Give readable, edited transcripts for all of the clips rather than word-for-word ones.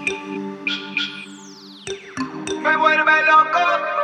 Me vuelve loco.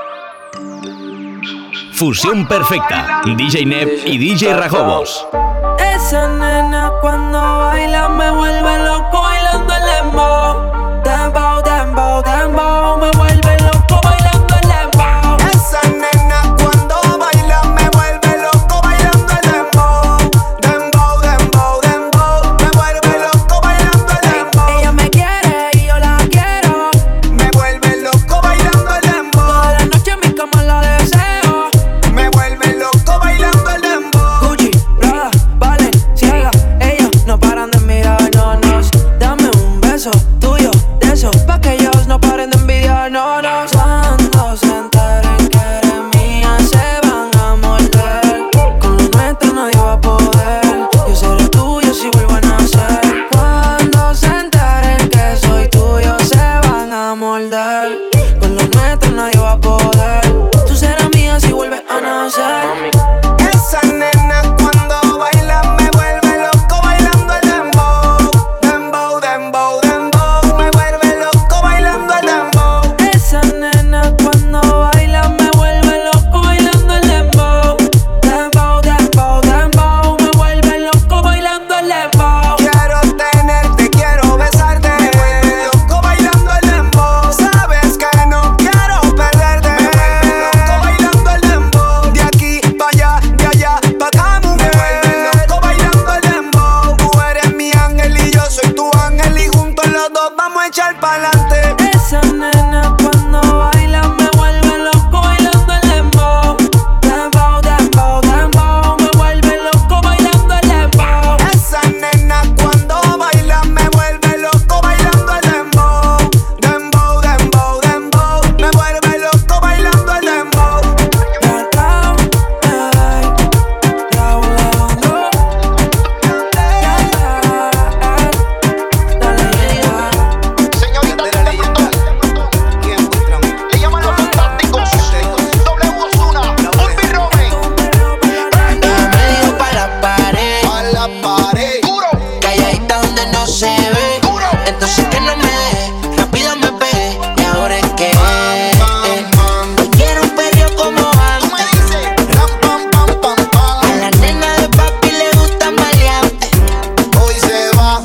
Fusión perfecta, DJ Nep y DJ Rajobos. Esa nena cuando baila me vuelve loco bailando el dembow. Dembow, dembow, dembow, me vuelve loco bailando el dembow. Esa nena cuando baila me vuelve loco bailando el dembow. Dembow, dembow, dembow, me vuelve loco bailando el dembow. Ella me quiere y yo la quiero. Me vuelve loco bailando el dembow. Toda la noche en mi cama la deseo. Me vuelve loco bailando el dembow. Gucci, Prada, Balenciaga, ellos no paran de mirarnos. Dame un beso tuyo de esos pa' que ellos no paren de envidiarnos. Cuando se enteren que eres mía se van a morder. Con lo nuestro nadie va a poder. Yo seré tuyo si vuelvo a nacer. Cuando se enteren que soy tuyo se van a morder. Con lo nuestro nadie va a poder. Tú serás mía si vuelves a nacer. Esa nena cuando baila me vuelve loco bailando el dembow. Dembow, dembow, dembow, me vuelve loco bailando el dembow. Esa nena cuando baila me vuelve loco bailando el dembow. Dembow, dembow, dembow, me vuelve loco bailando el dembow. Quiero tenerte, quiero besarte. Me vuelve loco bailando el dembow. Sabes que no quiero perderte. Me vuelve loco bailando el dembow. De aquí pa' allá, de allá pa' acá, mujer. Me vuelve loco bailando el dembow. Tú eres mi ángel y yo soy tu ángel y juntos los dos vamos a echar pa'lante. Esa nena cuando baila me vuelve loco bailando el dembow. Dembow, dembow, dembow, me vuelve loco bailando el dembow. Esa nena cuando baila me vuelve loco bailando el dembow. Dembow, dembow, dembow, me vuelve loco bailando el dembow. Señorita, te pregunto, le llaman los fantásticos. Doble Ozuna, un birrome. Ella me dijo pa' la pared, A la pared. Duro, calladita donde no se ve. duro. Entonces que no me deje, rápido me pegué. Y ahora es que hoy quiero un perreo como Tú antes. me dices, ram, pam, pam, pam, A pam. la nena de papi le gusta maleante. Hoy se va.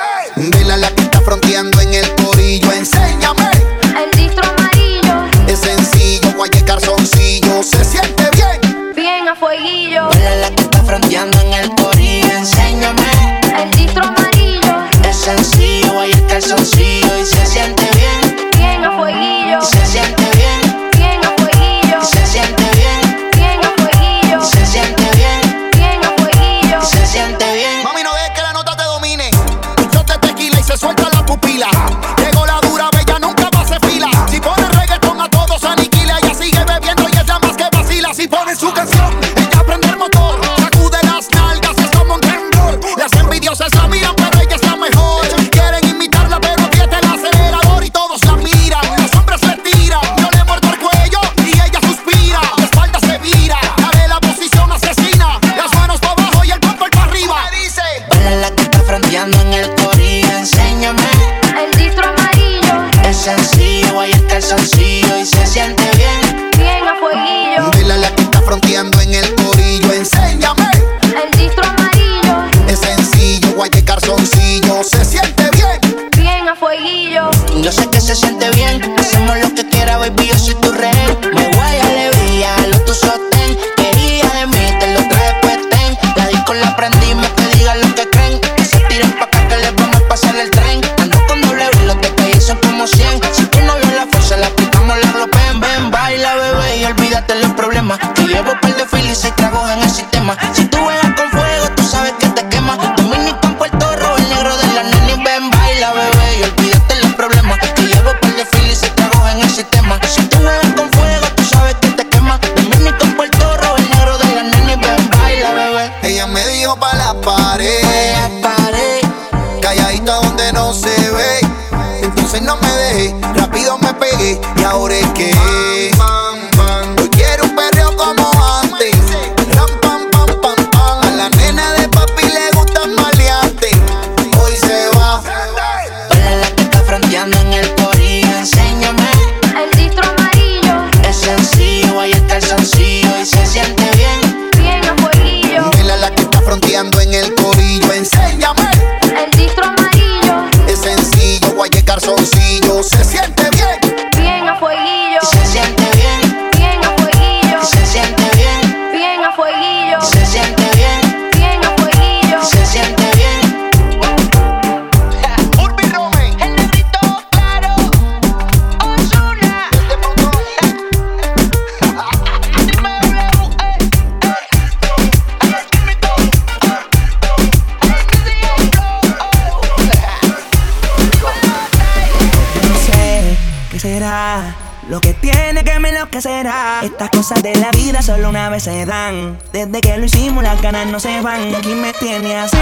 Vela la que está fronteando en el corillo. Enséñame. El distro amarillo, Es sencillo, guaye calzoncillo. Se siente bien. bien a fueguillo. Hola la que está fronteando en el corillo. Enséñame. El distro amarillo, Es sencillo, ahí el calzoncillo. Y se siente bien, bien a fueguillo. y se siente bien, Bien a fueguillo, y se siente bien, bien a fueguillo. y se siente bien, Bien a fueguillo. y se siente bien. Mami, no dejes que la nota te domine. Yo te tequila y se suelta la pupila. Llegó la dura, bella, nunca pase fila. Si pone reggaetón a todos aniquila. Ella sigue bebiendo y es la más que vacila. Si pone su canción, ella prende el motor. Sacude las nalgas, es como un temblor. Las envidiosas la miran, pero ella es la mejor. Quieren imitarla, pero aprieta el acelerador y todos la miran. Los hombres se tiran, yo le muerdo el cuello y ella suspira. La espalda se vira, dale la posición asesina. Las manos para abajo y el bumper para arriba. Me dice. Hola la que está fronteando en el corillo. Enséñame. El distro amarillo, Es sencillo, ahí el calzoncillo. Y se siente bien, bien a fueguillo. Dile a la que está fronteando en el corillo. Enséñame. El distro amarillo, Es sencillo, guaye calzoncillo. Se siente bien. bien a fueguillo. yo sé que se siente bien. Hacemos lo que quiera, baby, yo soy tu rey. Me voy a alegría, lo tu sostén. Quería de mí, te lo traje puestén. La disco la prendimos, que digan lo que creen. Que se tiren pa' acá, que les vamos a pasar el tren. Ando con doble B, los de calle son como 100. Si tú no ves la fuerza, la aplicamos, la glopen. Ven, baila, bebé, y olvídate los problemas. Que llevo par de filis y 6 tragos en el sistema. Si tú juegas con fuego, tú sabes que te quema. Dominico en Puerto Rico, el negro de la nena. Y ven, baila, bebé, y olvídate los problemas. Que llevo par de filis y 6 tragos en el sistema. Si tú juegas con fuego, tú sabes que te quema. Dominico en Puerto Rico, el negro de la nena. Y ven, baila, bebé. Ella me dijo pa' la pared. La pared. Calladita donde no se ve. Entonces no me dejé, rápido me pegué. Y ahora es que hoy quiero un perreo como antes. Ram, pam, pam, pam, pam. A la nena de papi le gusta maleante. Hoy se va. Hola la que está fronteando fronteando en el corillo. Enséñame El distro amarillo, es sencillo, ahí está el calzoncillo y se siente bien. bien a fueguillo. Dile a la que está fronteando en el corillo. Enséñame. El distro amarillo, Es sencillo, guaye calzoncillo. Se siente bien. bien a fueguillo. Y se siente bien, Bien a fueguillo, y se siente bien, bien a fueguillo. y se siente bien, Bien a fueguillo. y se siente bien. Urbi Romen. El negrito claro, Ozuna. No sé qué será lo que tiene que me enloquecerá. Estas cosas de la vida solo una vez se dan. Desde que lo hicimos las ganas no se van. Y aquí me tiene así.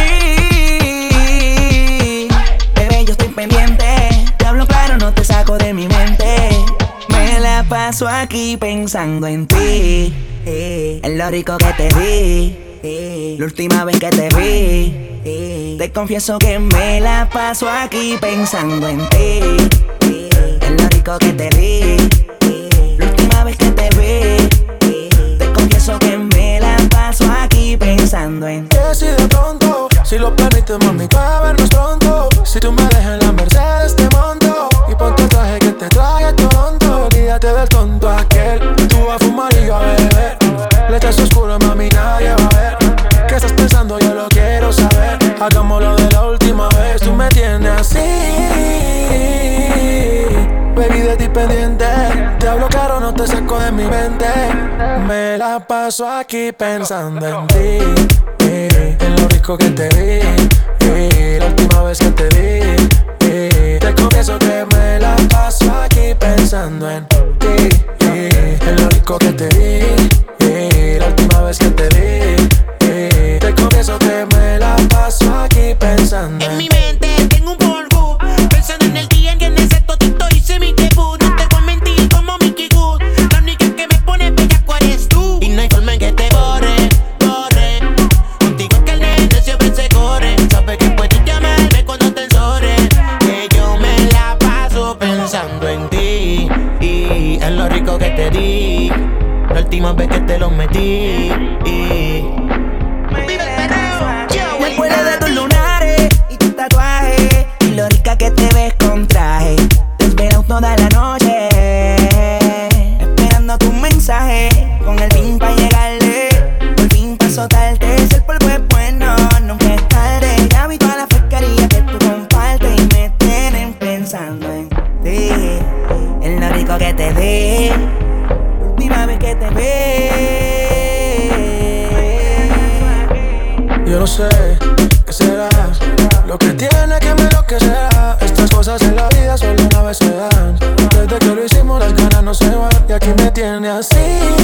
Bebé, yo estoy pendiente. Te hablo claro, no te saco de mi mente. Me la paso aquí pensando en ti. En lo rico que te vi. La última vez que te vi. Te confieso que me la paso aquí pensando en ti. En lo rico que te vi. La última vez que te vi. Te confieso que me la paso aquí pensando en ti. Que si de pronto, si lo permites, mamita, a vernos pronto. Si tú me dejas en la Mercedes te monto y ponte el traje que te trae a Toronto. Olvídate del tonto aquel. Tú vas a fumar y yo a beber. Le echas oscuro, mami, nadie va a ver. ¿Qué estás pensando? Yo lo quiero saber. Hagámoslo de la última vez. Tú me tienes así, baby, de ti pendiente. Te hablo claro, no te saco de mi mente. Me la paso aquí pensando en ti. En lo rico que te vi, la última vez que te vi. Te confieso que me la paso aquí pensando en ti. En lo rico que te vi, la última vez que te vi. Te confieso que me la paso aquí pensando En en mi mente tengo un polvo, pensando en el día en que en ese totito hice mi debut. No te voy a mentir como Mickey Good. La única que me pone bellaco eres tú. Y no hay forma en que te borre. Contigo es que el nene siempre se corre. Sabes que puedes llamarme cuando te ensore. Que yo me la paso pensando en ti. Y en lo rico que te di. La última vez que te lo metí. Después de tus lunares y tus tatuajes y lo rica que te ves con traje, te espero toda la noche esperando tu mensaje con el fin pa' llegarle, por fin pa' soltarte. Si el polvo es bueno, nunca es tarde. Ya vi toda la pescaría que tú compartes y me tienen pensando en ti, en lo rico que te di, la última vez que te vi. Yo no sé qué será lo que tiene que me enloquecerá. Estas cosas en la vida solo una vez se dan. Desde que lo hicimos las ganas no se van. Y aquí me tiene así,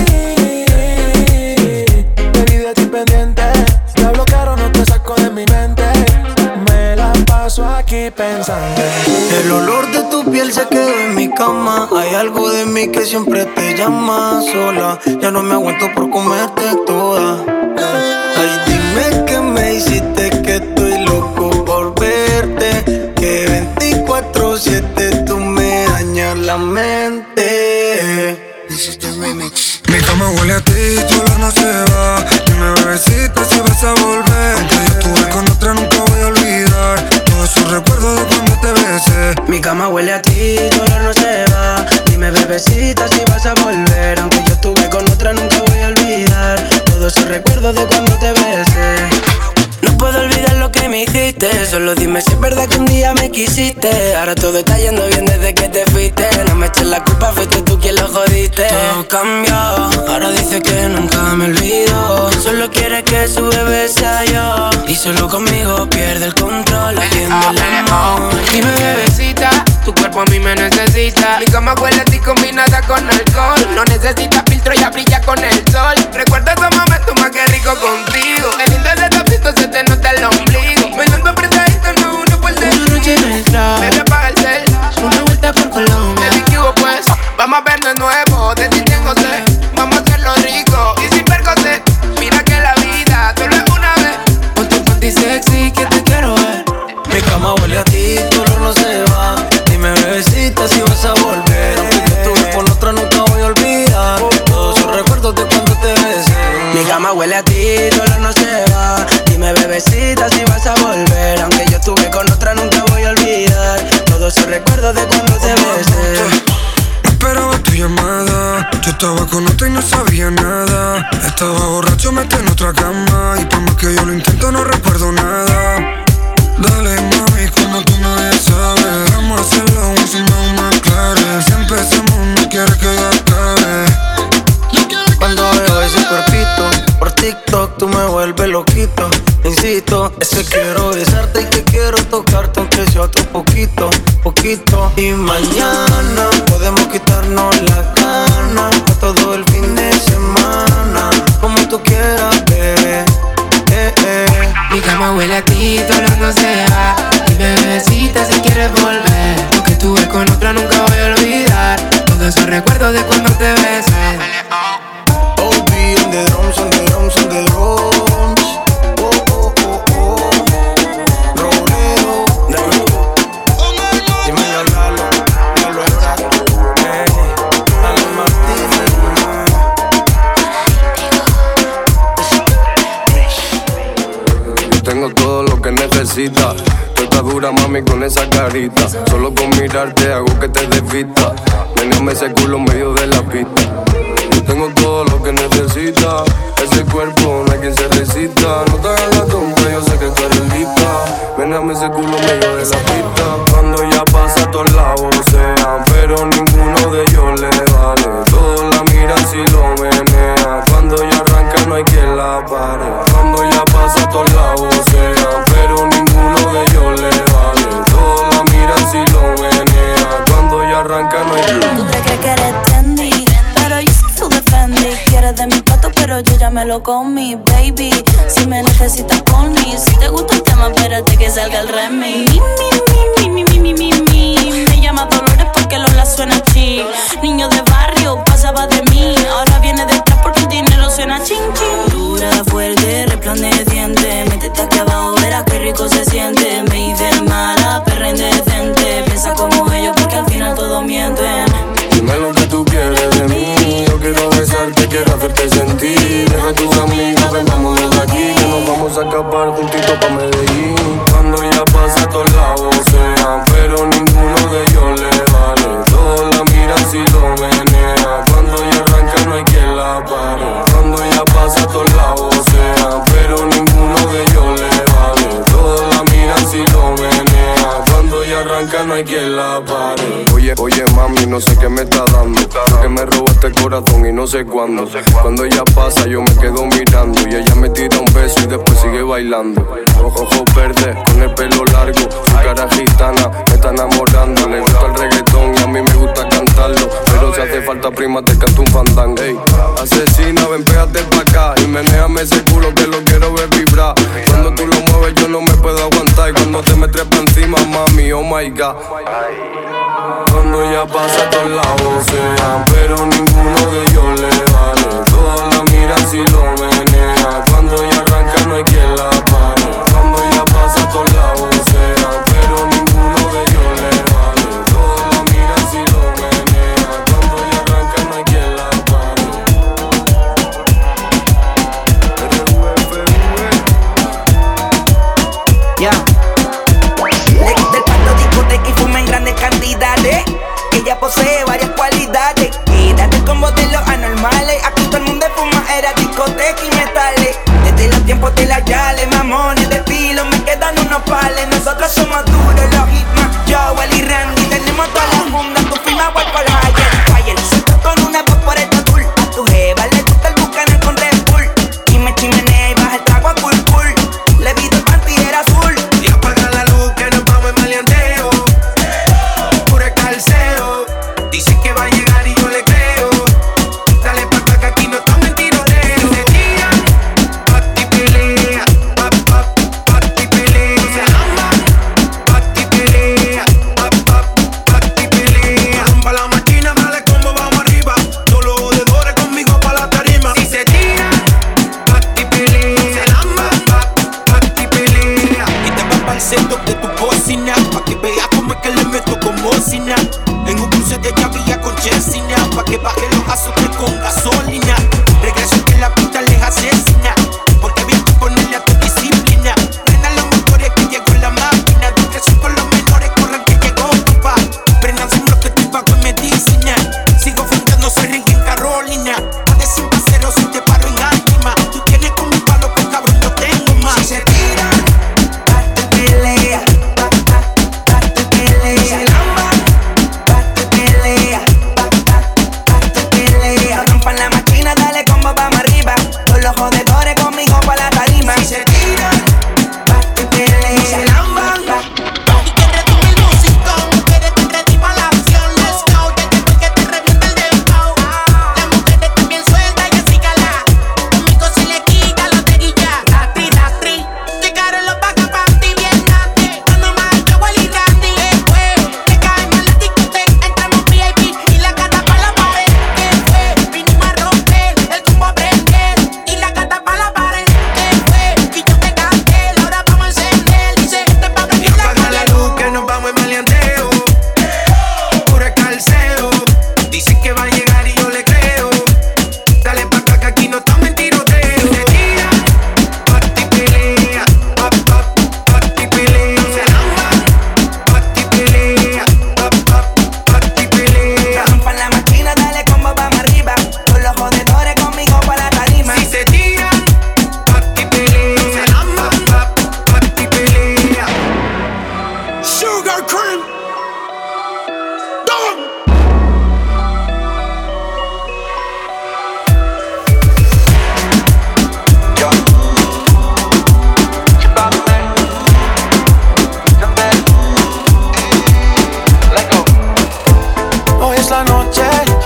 baby, de ti pendiente. Te hablo claro, no te saco de mi mente. Me la paso aquí pensando en ti. El olor de tu piel se quedó en mi cama. Hay algo de mí que siempre te llama sola. Ya no me aguanto por comerte toda. Ay, dime que me hiciste, que estoy loco por verte. Que 24/7 tú me dañas la mente. Mi cama huele a ti, tu olor no se va. Dime, bebecita, si vas a volver. Aunque yo estuve con otra, nunca voy a olvidar todos esos recuerdos de cuando te besé. Mi cama huele a ti, tu olor no se va. Dime, bebecita, si vas a volver. Aunque yo estuve con otra, nunca voy a olvidar todos esos recuerdos de cuando te besé. No puedo olvidar lo que me dijiste. Solo dime si es verdad que un día me quisiste. Ahora todo está yendo bien desde que te fuiste. No me eches la culpa, fuiste tú quien lo jodiste. Todo cambió, ahora dice que nunca me olvido. Solo quiere que su bebé sea yo. Y solo conmigo pierde el control, haciendo el amor. Dime, bebecita, tu cuerpo a mí me necesita. Mi cama huele a ti combinada con alcohol. No necesitas filtro, ya brilla con el sol. Recuerda esos momentos más que rico contigo. El lindo de tapito se te nota el ombligo. Bailando apretadito, no uno por dentro. Una noche nuestra, Bebé, apaga el cel. una vuelta por Colombia. Baby, ¿qué hubo pues? Vamos a vernos de nuevo. De ti tengo sed. Vamos a hacerlo rico y sin percocet. Mira que la vida solo es una vez. Ponte sexy que te quiero ver. Mi cama huele a ti, tu olor no se va. Dime, bebé, cama huele a ti, tu olor no se va. Dime bebecita si vas a volver. Aunque yo estuve con otra nunca voy a olvidar todos esos recuerdos de cuando te besé. Esperaba tu llamada, yo estaba con otra y no sabía nada. Estaba borracho, metí en otra cama y por más que yo lo intento no recuerdo nada. Dale mami, como tú nadie sabe, vamos a hacerlo aún sin más claro. Si empezamos no quieres que yo acabe. Cuando veo ese cuerpito por TikTok tú me vuelves loquito. Insisto, es que quiero besarte y que quiero tocarte aunque sea otro poquito, poquito. Y mañana podemos quitarnos las ganas pa' todo el fin de semana, como tú quieras, bebé. Mi cama huele a ti, tu olor no se va. Y bebecita si quieres volver. Lo que tuve con otra nunca voy a olvidar todos esos recuerdos de cuando te besé. OB on the drums, on the drums, on the drums. Oh, oh, oh, oh. Rolero. Dímelo, Lalo. Lalo está. Lalo Martínez. Tengo todo lo que necesitas. Tú estás dura, mami, con esa carita. Solo con mirarte hago que te desvista. Menéame ese culo en medio de la pista. Yo tengo todo lo que necesitas. Ese cuerpo no hay quien se resista. No te hagas la tonta, yo sé que tú eres lista. Menéame ese culo en medio de la pista. Cuando ya pasa todos lados vocean, pero ninguno de ellos le vale. Todos la miran si lo menea. Cuando ya arranca no hay quien la pare. Cuando ya pasa todos lados vocean, pero ninguno de ellos le vale. Todos la miran si lo menea. Cuando ya arranca no hay quien. Tú te crees que eres trendy, pero yo soy tu defendi. Quieres de mi plato, pero yo ya me lo comí, baby. Si me necesitas, call me. Si te gusta el tema, espérate que salga el remix. Me llama Dolores porque Lola suena chill. Niño de barrio, pasaba de mí. Ahora viene detrás porque el dinero suena ching ching. Dura, fuerte, resplandeciente. Métete aquí abajo, verás qué rico se siente. Me hice mala, perra indecente. Piensa como ellos porque al final todos mienten. Dime lo que tú quieres de mí. Yo quiero besarte, quiero hacerte sentir. Deja a tus amigas, ven, vámonos de aquí. Que nos vamos a escapar juntitos pa' Medellín. Cuando ya pasa todos lados vocean, pero ninguno de ellos le vale. Todos la miran si lo menea. Cuando ya arranca no hay quien la pare. Cuando ya pasa todos lados vocean, pero ninguno de ellos le vale. Todos la miran si lo menea. Cuando ya arranca no hay quien la pare. Oye mami, no sé qué me está dando. Que me robaste el corazón y no sé cuándo. Cuando ella pasa yo me quedo mirando. Y ella me tira un beso y después sigue bailando. Ojos verdes con el pelo largo. Su cara gitana me está enamorando. Le gusta el reggaetón y a mí me gusta cantarlo. Pero si hace falta prima te canto un fandango. Ey, asesina, ven pégate pa' acá. Y menéame ese culo que lo quiero ver vibrar. Cuando tú lo mueves yo no me puedo aguantar. Y cuando te me trepa encima mami, oh my god. Cuando ya pasa todos lados vocean, pero ninguno de ellos le vale. Todos la miran si lo menea. Cuando ya arranca no hay quien la pare. Cuando ya pasa todos lados vocean, pero ninguno de ellos le vale. Todos la miran si lo menea. Cuando ya arranca no hay quien la pare. Ya. Del pato discoteca y fuma en grandes cantidades. Ella posee varias cualidades. Quédate con modelos anormales. Aquí todo el mundo fuma, era discoteca y metales. Desde los tiempos de la Yale, mamones de estilo, me quedan unos pales. Nosotros somos duros, los hitman, Joel y Randy. Tenemos todas las fundas, tu firma voy por Fire. Siento con una voz por el tour. A tu jeva le gusta el Buchanan con Red Bull. Y me chimenea y baja el trago a cool. Le vi tu panty era azul. Y apaga la luz que nos vamos en maleanteo. Puro calceo. Dicen que va a llegar y yo le creo. Dale pa' acá que aquí no estamos en tiroteo. Se tiran, pati pelea. Pati pelea. Se aman, pati pelea. Pati pelea. Rompa la máquina, dale como vamos arriba. Todos los jodedores conmigo pa' la tarima. Si se tiran, pati pelea. Se aman, pati pelea. Y te vas pa'l centro de tu cocina, pa' que veas cómo es que le meto con bocina. En un cruce de llavilla con chesina, pa' que baje los azotes con gasolina. Regreso que la pista les asesina.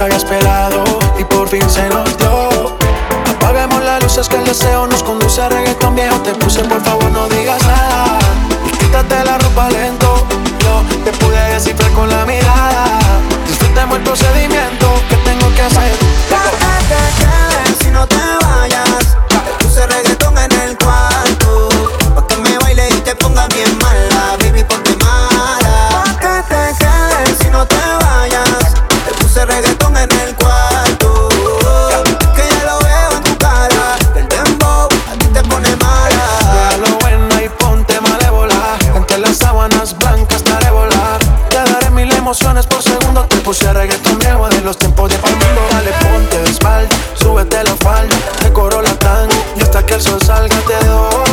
habías pelado y por fin se nos dio. Apaguemos las luces que el deseo nos conduce a reggaetón viejo. Te puse, por favor no digas nada y quítate la ropa lento. Yo te pude descifrar con la mirada. Disfrutemos el procedimiento que tengo que hacer. Que te quedes si no te vayas. Te puse reggaetón en el cuarto pa' que me baile y te ponga bien mala, baby, ponte mala. Que te quedes si no te vayas. Te puse reggaetón en el cuarto, que ya lo veo en tu cara, que el dembow a ti te pone mala. Deja lo bueno y ponte malévola. Entre las sábanas blancas te haré volar. Te daré 1000 emociones por segundo. Te puse reggaetón viejo de los tiempos de Palmundo. Dale, ponte de espalda, súbete la falda, decoro la tanga y hasta que el sol salga te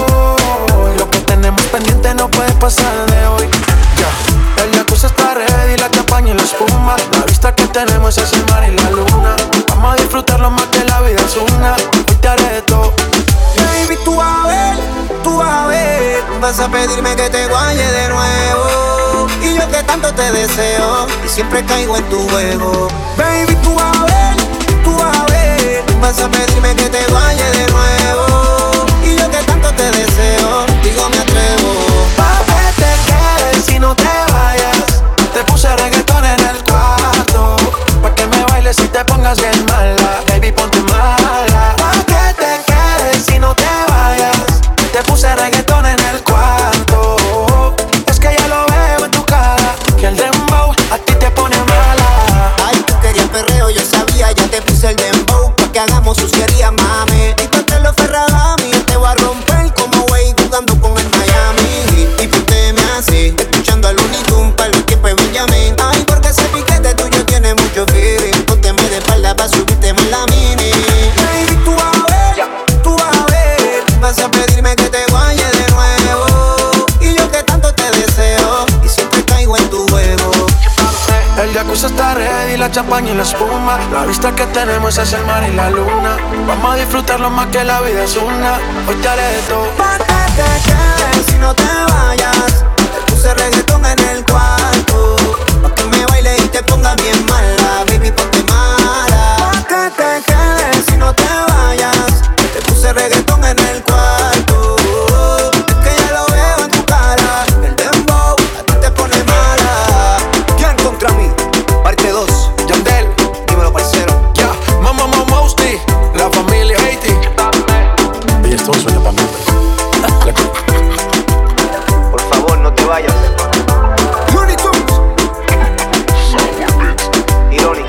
doy. Lo que tenemos pendiente no puede pasar de hoy. Ya, el jacuzzi está ready, la champaña y la espuma. La vista que tenemos es el mar y la luna. Vamos a disfrutarlo más que la vida es una. Hoy te haré de todo. Baby, tú vas a ver, tú vas a ver. Vas a pedirme que te guaye de nuevo. Y yo que tanto te deseo y siempre caigo en tu juego. Baby, tú vas a ver, tú vas a ver. Vas a pedirme que te guaye de nuevo. Y yo que tanto te deseo, digo me atrevo. Pa' que te quedes si no te vayas. Te puse reggaetón en el cuarto pa' que me bailes y te pongas bien mala, baby, ponte mala. Pa' que te quedes si no te vayas. Te puse reggaetón en el cuarto. Es que ya lo veo en tu cara, que el dembow a ti te pone mala. Ay, tú querías perreo, yo sabía, ya te puse el dembow pa' que hagamos suciería, mami. Y tú te lo Ferragamo, te voy a romper como wey jugando con el Miami. Y pónteme así, escuchando al Looney Tunes para el tiempo de Benjamin. Ay, porque ese piquete tuyo tiene mucho feeling. Pónteme de espalda pa' subirte más la mini. Baby, tú vas a ver, tú vas a ver. Vas a pedirme que te guaye de nuevo. Y yo que tanto te deseo y siempre caigo en tu juego. El jacuzzi está ready, la champaña y la espuma. La vista que tenemos es el mar y la luna. Vamos a disfrutarlo más que la vida es una. Hoy te haré de todo. Pa' que te quedes si no te vayas. Te puse reggaetón en el cuarto pa' que me baile y te ponga bien mala, baby, ponte mala. Pa' que te quedes si no te vayas. Te puse reggaetón en el cuarto, que ya lo veo en tu cara, el dembow a ti te pone mala. ¿Quién contra mí? Parte 2, Yandel, dímelo parcero. Ya, Mama Mosty, la familia Haiti. Y esto suena pa' mí. Por favor, no te vayas. Looney Tunes. Irony.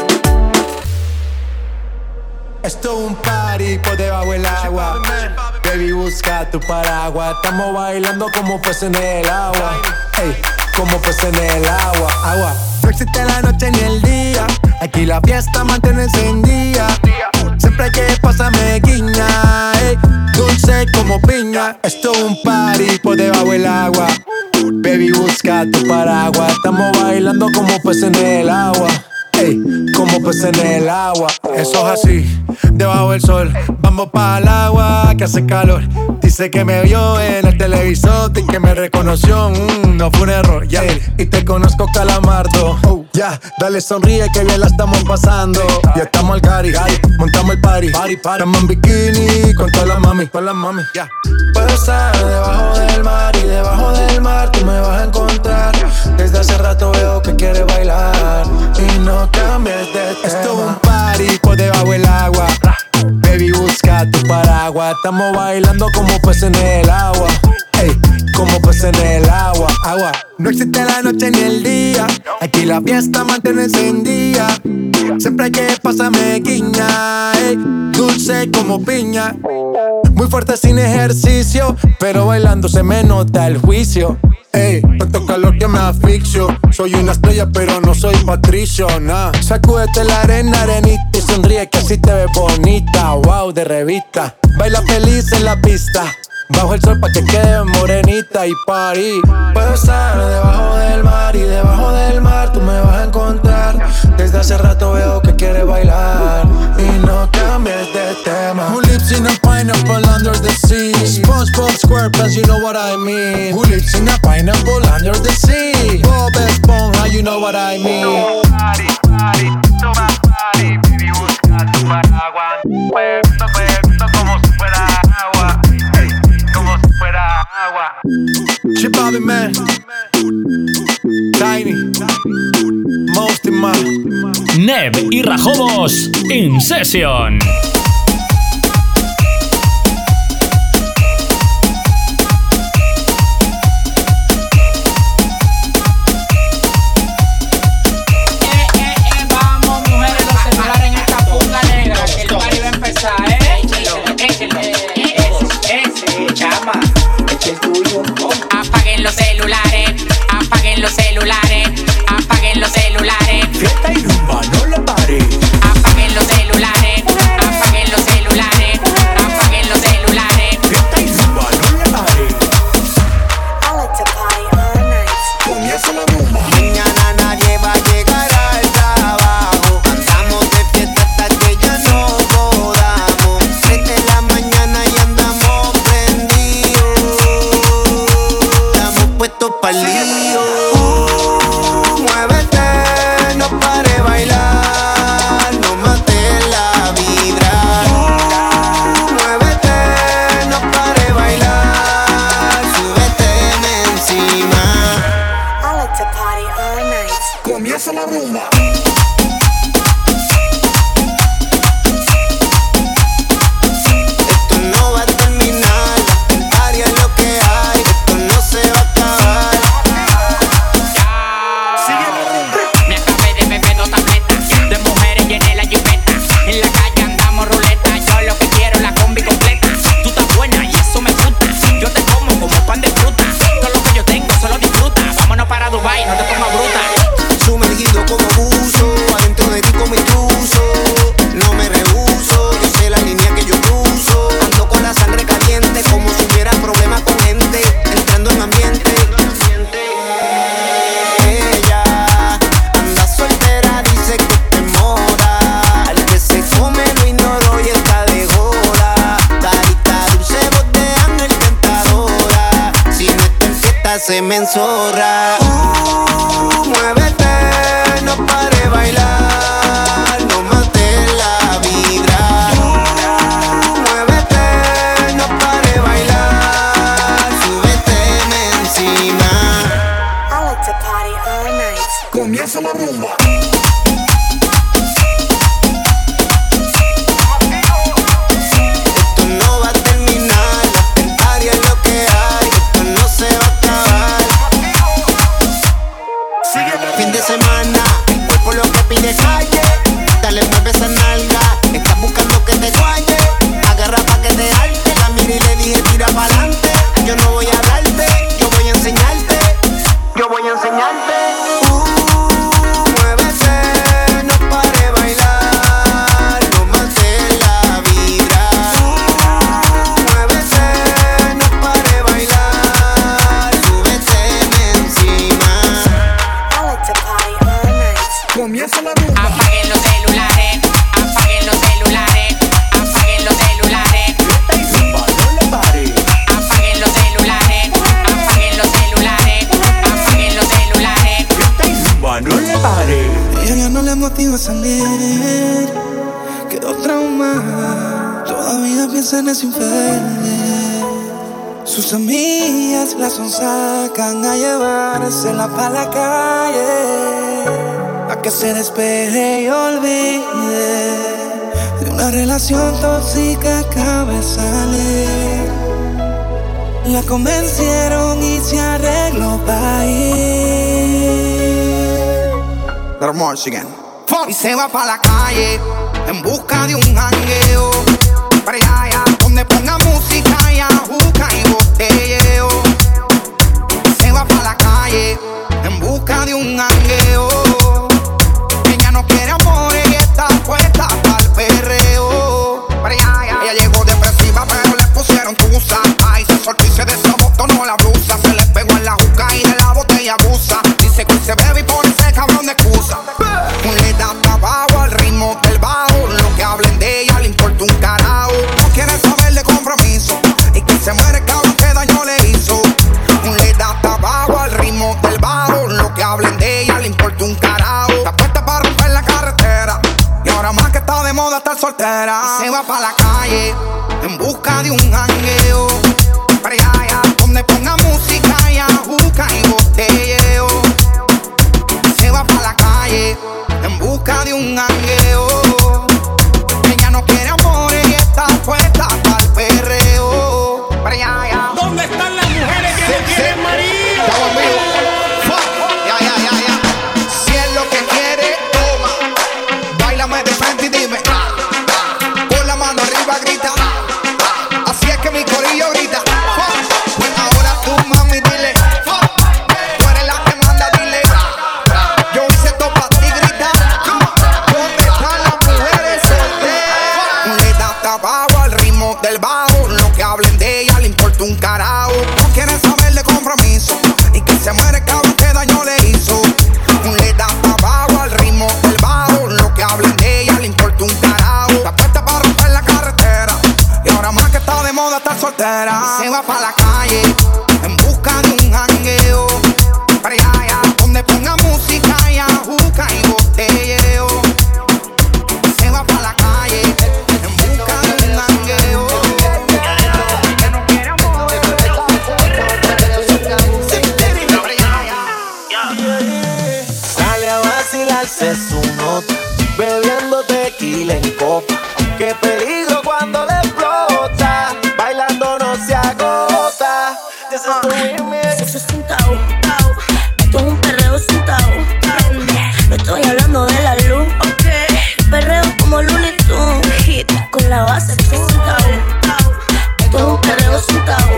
Esto es un party por debajo del agua. Baby, busca tu paraguas. Estamos bailando como peces en el agua. Ey, como peces en el agua. Agua. No existe la noche ni el día. Aquí la fiesta mantiene encendida. Siempre que pasa me guiña. Ey, dulce como piña. Esto es un party por debajo del agua. Baby, busca tu paraguas. Estamos bailando como peces en el agua. Ey, como peces en el agua. Eso es así, debajo del sol. Vamos para el agua que hace calor. Dice que me vio en el televisor y que me reconoció. No fue un error, ya. Y te conozco, Calamardo. Ya, dale sonríe que bien la estamos pasando. Ya estamos al cari, montamos el party. Estamos en bikini con todas las mami, ya. Puedo estar debajo del mar y debajo del mar tú me vas a encontrar. Desde hace rato veo que quieres bailar y no cambies de tema. Esto es un party por debajo del agua. Baby, busca tu paraguas. Estamos bailando como peces en el agua. Ey, como peces en el agua. Agua. No existe la noche ni el día. Aquí la fiesta mantiene encendida. Siempre que pasa me guiña. Ey, dulce como piña. Muy fuerte sin ejercicio, pero bailando se me nota el juicio. Ey, tanto calor que me asfixio. Soy una estrella pero no soy Patricio, nah. Sacúdete la arena, arenita y sonríe que así te ves bonita. Wow, de revista. Baila feliz en la pista. Bajo el sol pa' que quede morenita y party. Puedo estar debajo del mar y debajo del mar tú me vas a encontrar. Desde hace rato veo que quieres bailar y no cambies de tema. Who lives in a pineapple under the sea? SpongeBob SquarePants, you know what I mean. Who lives in a pineapple under the sea? Bob Esponja, you know what I mean. paraguas. Bebiendo como si fuera agua. Ey, como si fuera agua. Chip Bobby Man, Tiny, Most in My. Neb y Rajobos in session. Vamos, mujeres, los celulares en esta punta negra, que el party va a empezar, Ese, chama, este es tuyo. Apaguen los celulares, apaguen los celulares, apaguen los celulares. Fiesta y rumba, no le pare. Apaguen los celulares, apaguen los celulares, apaguen los celulares. Fiesta y rumba, no le pare. I like to party all night. Comienza la rumba. Mañana nadie va a llegar al trabajo. Andamos de fiesta hasta que ya no podamos. 3 de la mañana y andamos prendidos. Estamos puestos pa'l lío. Muévete, no pare bailar. No mates la vibra. Muévete, no pare bailar. Súbeteme encima. I like to party all night. Comienza la rumba. Esto no va a terminar, el party es lo que hay, esto no se va a acabar. Me acabé de beber 2 tabletas, de mujeres llené la jipeta. En la calle andamos ruleta, yo lo que quiero es la combi completa. Tú estás buena y eso me gusta, yo te como pan de fruta. Todo lo que yo tengo solo disfruta, vámonos para Dubai, no te pongas bruta. Sumergido como buzo, adentro de ti como intruso. No me rehuso, yo sé la línea que yo cruzo. Ando con la sangre caliente, como si hubiera problemas con gente. Entrando en ambiente. Ella anda soltera, dice que te mora. Al que se come lo ignoro y está de joda. Carita dulce, voz de ángel cantadora. Si no está en fiesta se me enzorra. Muévete, no pare bailar, no mates la vibra. Muévete, no pare bailar, súbeteme encima. I like to party all night. Comienza la rumba. Esto no va a terminar, el party es lo que hay, esto no se va a acabar. Fin de semana, voy por lo que pide calle. Dale, mueve esa nalga, estás buscando que te guaye. Agarra pa' que te alte, la miré y le dije tira pa'lante. Yo no voy a hablarte, yo voy a enseñarte. Yo voy a enseñarte. Muévete, no pare bailar, no mates la vibra. Muévete, no pare bailar, súbeteme encima. I like to party all night. Comienza la rumba. Apaguen los celulares, apaguen los celulares, apaguen los celulares. Fiesta y rumba, no le pare. Apaguen los celulares, apaguen los celulares, apaguen los celulares. Fiesta y rumba, no le pare. Ella ya no le motiva a salir, quedó traumada, todavía piensa en ese infiel. Sus amigas la sonsacan a llevársela pa' la calle, a que se despeje y olvide de una relación tóxica que acaba de salir. La convencieron y se arregló pa' ir. Y se va pa' la calle en busca de un jangueo. Para allá, donde ponga música y ajuca y botelleo. Y se va pa' la calle en busca de un jangueo. Ella no quiere amor y está puesta pa'l perreo. Para allá, ella llegó depresiva pero le pusieron tusa. Ay, se soltó y se desabotonó la blusa. Se le pegó en la juca y de la botella abusa. Dice que se bebe y pone ese cabrón de excusa. Le da trabajo al ritmo del bajo. Lo que hablen de ella le importa un carajo. No quiere saber de compromiso. Y que se muere el cabrón que daño le hizo. Le da trabajo al ritmo del bajo. Lo que hablen de ella le importa un carajo. Está puesta para romper la carretera. Y ahora más que está de moda moda estar soltera. Y se va pa' la calle en busca de un jangueo. Para allá, donde ponga música y ajuca y botelleo. Se va pa' la calle en busca de un jangueo. Ella no quiere amores y está puesta pa'l perreo. Para allá, ¿dónde están las mujeres que no quieren marido? Estamos en vivo. Ya. Si es lo que quiere, toma. Báilame de frente y dime. Pon la mano arriba, grita. Así es que mi corillo grita. Pues ahora tú, mami, dile. Tú eres la que manda, dile. Yo hice esto pa' ti, grita. ¿Dónde están las mujeres solteras? Le da trabajo al ritmo del bajo. Lo que hablen de ella le importa un carajo. No quieren saber de compromiso. Y que se muere el cabrón que daño le hizo. Le da trabajo al ritmo del bajo. Lo que hablen de ella le importa un carajo. Está puesta para romper la carretera. Y ahora más que está de moda estar soltera. Y se va pa' la calle en busca de un jangueo. Para allá, donde ponga música y ajuca y botelleo. Se va pa' la calle en busca de un jangueo. Sale a vacilarse su nota, bebiendo tequila en copa. Qué peligro cuando le explota, bailando no se agota. Sexo sin tabú, esto es un perreo sin tabú. No estoy hablando de la luz, perreo como Looney Tunes, hit con la base sin tabú. Esto es un perreo sin tabú.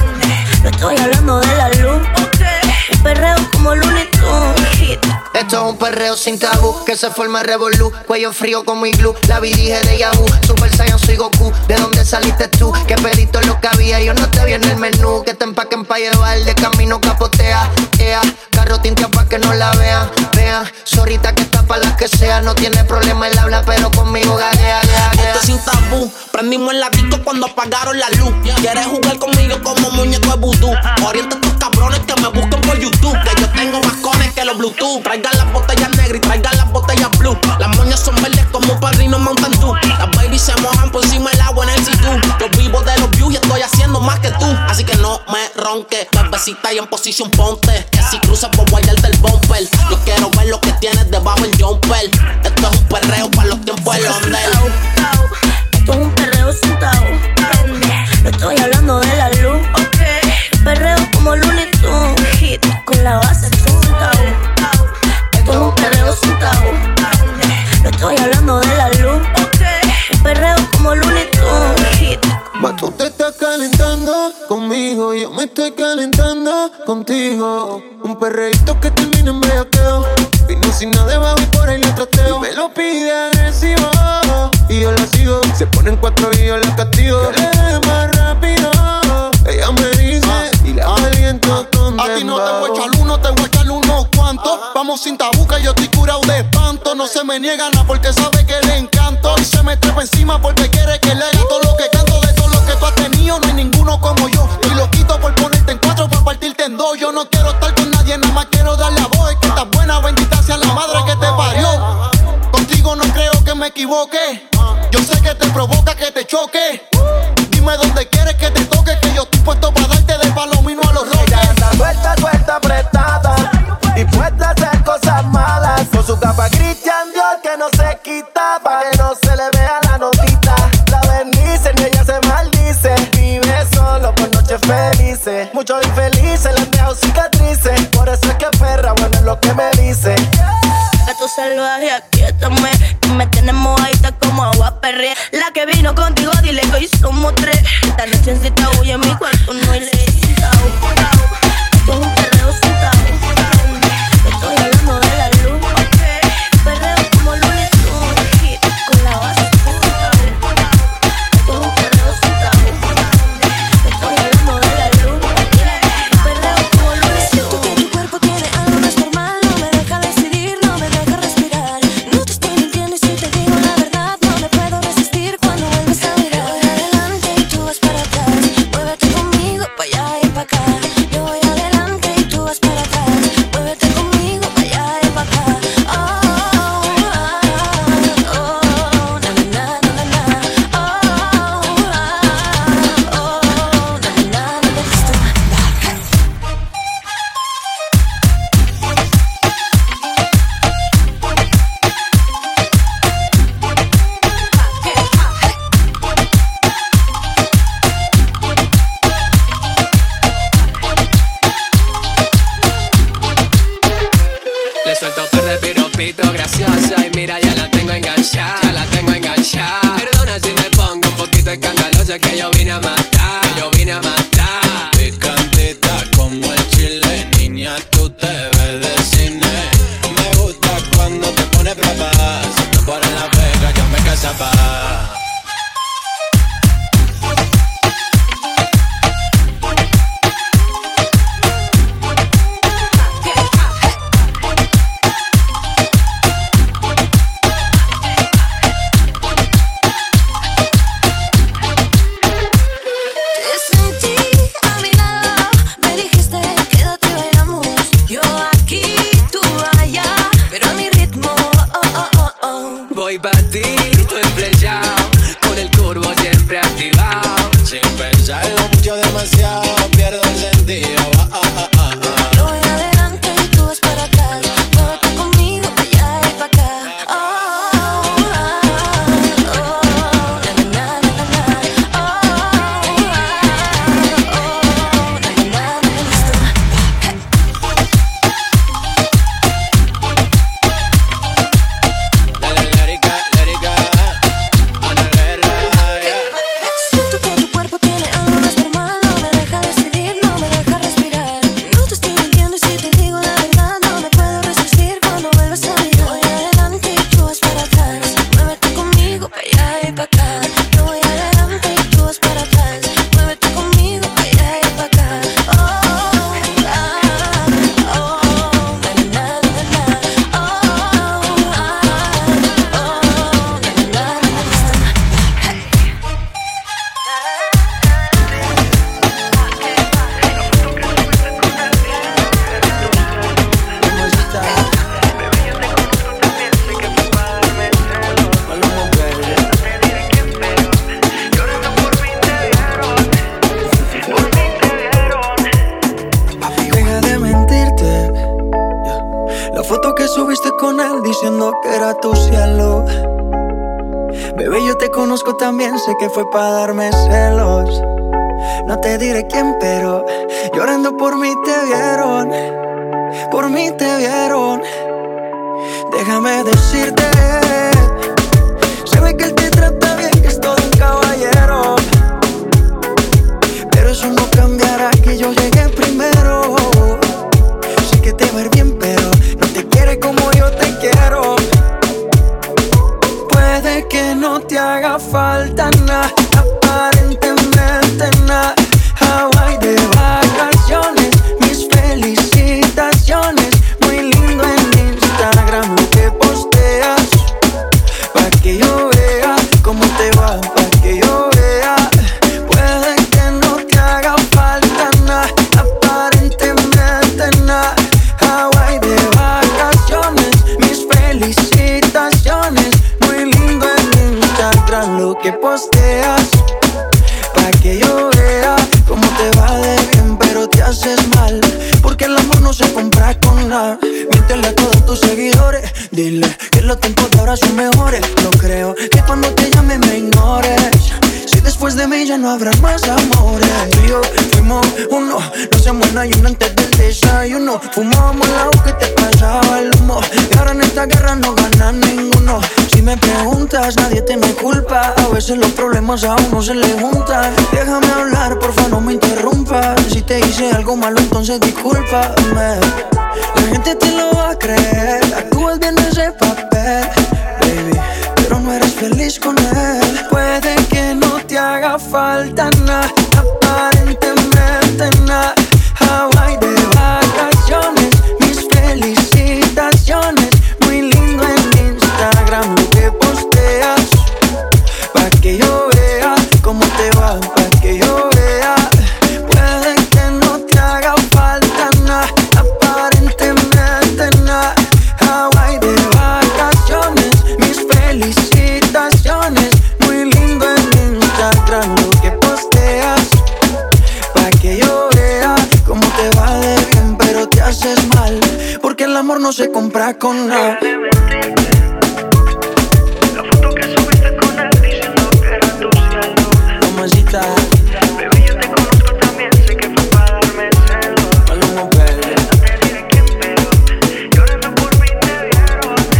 No estoy hablando de la luz, perreo como Looney Tunes, hit. Esto es un perreo sin tabú, que se forma revolú, cuello frío como iglú, la vi dije de Yahoo, Super Saiyan soy Goku, ¿de dónde saliste tú? Que pedito lo que había, yo no te vi en el menú, que te empaquen pa' llevar, de camino capotea, carro tintia pa' que no la vean, zorrita que está pa' las que sea, no tiene problema el habla, pero conmigo gaguea. Esto es sin tabú, prendimos el disco cuando apagaron la luz, quieres jugar conmigo como muñeco de vudú, orienta a estos cabrones que me busquen por YouTube, que yo tengo más cones que los Bluetooth, traigan las botellas negras y traigan las botellas blue. Las moñas son verdes como un padrino Mountain Dew. Las babies se mojan por encima del agua en el sitú. Yo vivo de los views y estoy haciendo más que tú. Así que no me ronques, bebecita y en posición ponte. Que si cruzas por guayarte el bumper. Yo quiero ver lo que tienes debajo el jumper. Esto es un perreo para los tiempos del Londel. Esto es un perreo sin tabú. No estoy hablando de la luz, perreo como Looney Tunes, hit con la base sin tabú. Esto es un perreo sin tabú. No estoy hablando de la luz, perreo como Looney Tunes, hit. Ma tú te estás calentando conmigo, yo me estoy calentando contigo. Un perreíto que termina en bellaqueo, vino sin nada debajo y por ahí le trateo. Y me lo pide agresivo y yo la sigo. Se ponen cuatro y yo la castigo. Que le dé más rápido, ella me dice y la aliento con A ti no te voy a echar uno, te voy a echar unos cuantos. Vamos sin tabuca, yo estoy curado de espanto. No se me niega nada porque sabe que le encanto. Y se me trepa encima porque quiere que le haga todo lo que canto. De todo lo que tú has tenido, no hay ninguno como yo. Y lo quito por ponerte en cuatro, para partirte en dos. Yo no quiero estar con nadie, nada más quiero darle la voz. Es que estás buena, bendita sea la madre que te parió. Contigo no creo que me equivoque. Yo sé que te provoca que te choque. Dime dónde quieres que te toque, que yo estoy puesto para darte de palomino a los roques. Ella anda suelta, apretada y puesta a hacer cosas malas. Con su capa Christian Dior que no se quita, pa' que no se le vea la notita. La bendicen y ella se maldice. Vive solo por noches felices. Muchos infelices le han dejado cicatrices. Por eso es que perra, bueno es lo que me dice. Gato salvaje, aquíétame, que me tienes mojadita como agua perrea. La que vino contigo, dile que hoy somos tres. Esta noche en cita voy en mi cuarto, no hay ley. Esto es un perreo sin tabú. Estoy hablando de la luz, perreo como Looney Tunes, hit con la base sin tabú. Esto es un perreo sin tabú. Estoy hablando de la luz, perreo como Looney Tunes. Siento que tu cuerpo tiene algo no es normal, no me deja decidir, no me deja respirar. No te estoy mintiendo y si te digo la verdad, no me puedo resistir cuando vuelves a mirar. Voy adelante y tú vas para atrás, muévete conmigo pa' allá y pa' acá. cuerpito gracioso y mira ya la tengo enganchada, ya la tengo enganchada. Perdona si me pongo un poquito escandaloso, es que yo vine a matar, yo vine a matar. Picantita como el chile, niña tú te ves de cine. Me gusta cuando te pones brava, si te pones la pega yo me casaba. Voy pa' ti, estoy flechado, con el curvo siempre activado. Sin pensarlo mucho, demasiado, pierdo el sentido. Yo voy adelante y tú vas para atrás. Muévete conmigo pa' allá y pa' acá. Siento que tu cuerpo tiene algo más normal. No me deja decidir, no me deja respirar. No te estoy mintiendo y si te digo la verdad, no me puedo resistir cuando vuelves a mirar. Voy adelante y tú vas para atrás. Muévete conmigo pa' allá y pa' acá. Yo voy adelante y tú vas para atrás. Muévete conmigo pa' allá y pa' acá. Deja de mentirte. La foto que subiste con él diciendo que era tu cielo. Bebé, yo te conozco también, sé que fue para darme celos. No te diré quién, pero llorando por mí te vieron. Por mí te vieron. Déjame decirte, se ve que él te trata bien, que es todo un caballero. Pero eso no cambiará que yo llegué primero. Sé que te va a ir bien, pero no te quiere como yo te quiero. Puede que no te haga falta nada, aparentemente nada. Hawaii de vacaciones, mis felicitaciones. Muy lindo en Instagram lo que posteas, pa' que yo vea cómo te va, pa' que yo vea. Puede que no te haga falta nada, aparentemente nada. Hawaii de vacaciones, mis felicitaciones. Muy lindo en Instagram lo que posteas, pa' que yo vea cómo te va de bien, pero te haces mal, porque el amor no se compra con nada. Miéntele a todos tus seguidores, dile que los tiempos de ahora son mejores. No creo que cuando te llame me ignores, si después de mí ya no habrá más amores. Tú y yo fuimos uno, no hacemos nada y uno antes del desayuno. Fumábamos el agua que te pasaba el humo, y ahora en esta guerra no gana ninguno. Si me preguntas, nadie te me culpa, a veces los problemas a uno se le juntan. Déjame hablar, porfa, no me interrumpas. Si te hice algo malo, entonces discúlpame. La gente te lo va a creer, actúas bien ese papel, baby, pero no eres feliz con él. Puede que no te haga falta nada, aparentemente nada. Hawaii de vacaciones, mis felicitaciones. Muy lindo en Instagram lo que posteas, pa' que yo vea cómo te va, pa' que yo vea. Puede que no te haga falta nada, aparentemente nada. Hawaii de vacaciones, mis felicitaciones. Muy lindo en Instagram lo que posteas, pa' que yo vea cómo te va de bien, pero te haces mal, porque el amor no se compra con nada. La foto que subiste con él diciendo que era tu cielo. Mamacita, Bebé, yo te conozco también, sé que fue para darme celos. Maluma, baby. No te diré quién, pero llorando por mí te vieron.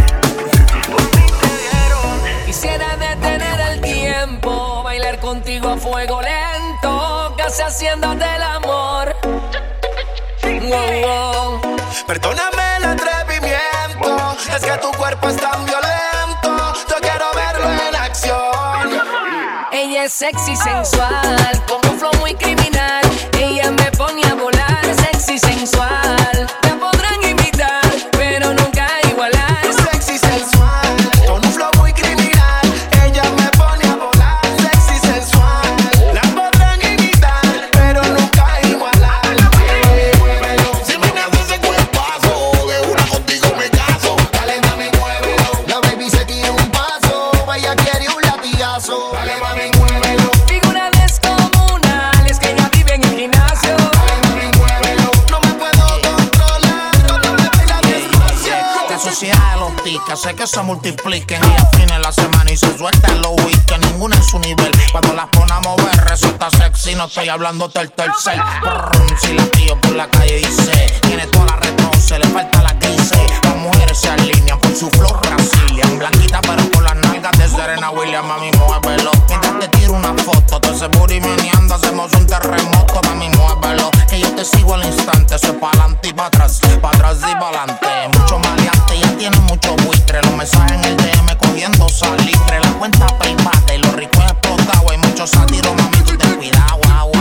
fuego lento, casi haciéndote el amor. Wow. Perdóname el atrevimiento, es que tu cuerpo es tan violento. Yo quiero verlo en acción. Ella es sexy, sensual, con un flow muy criminal. Ella me pone a volar, sexy, sensual. Me podrán imitar, pero nunca igualar. Sexy, sensual, con un flow muy criminal. Ella me pone a volar, sexy, sensual. La podrán imitar, pero nunca igualar. Si me das ese cuerpazo, de una contigo me caso. Dale, mami, muévelo. La baby se tira un paso, ella quiere un latigazo. Dale, mami, muévelo. Figura descomunal, es que ella vive en el gimnasio. Dale, mami, muévelo. No me puedo controlar cuando me baila despacio. La sociedad de los tickets hace que se multipliquen y afinen la semana y se sueltan los weekends. Ninguna en su nivel. Cuando las pone a mover resulta sexy. No estoy hablando del tercer. Si la tío por la calle dice tiene toda la retro, se le falta la 15. Las mujeres se alinean por su flow Brazilian. Blanquita pero con las nalgas de Serena Williams. Mami, muévelo. Mientras te tiro una foto, te ese booty meneando, hacemos un terremoto. Mami, muévelo, que yo te sigo al instante. Eso es pa'lante y pa' atrás y pa'lante. Mucho maleante, ya tiene mucho buitre. Los mensajes en el DM cogiendo salitre. La cuenta PayPal y los ricos explotados. Hay muchos sátiros, mami, tú ten cuidado, wow.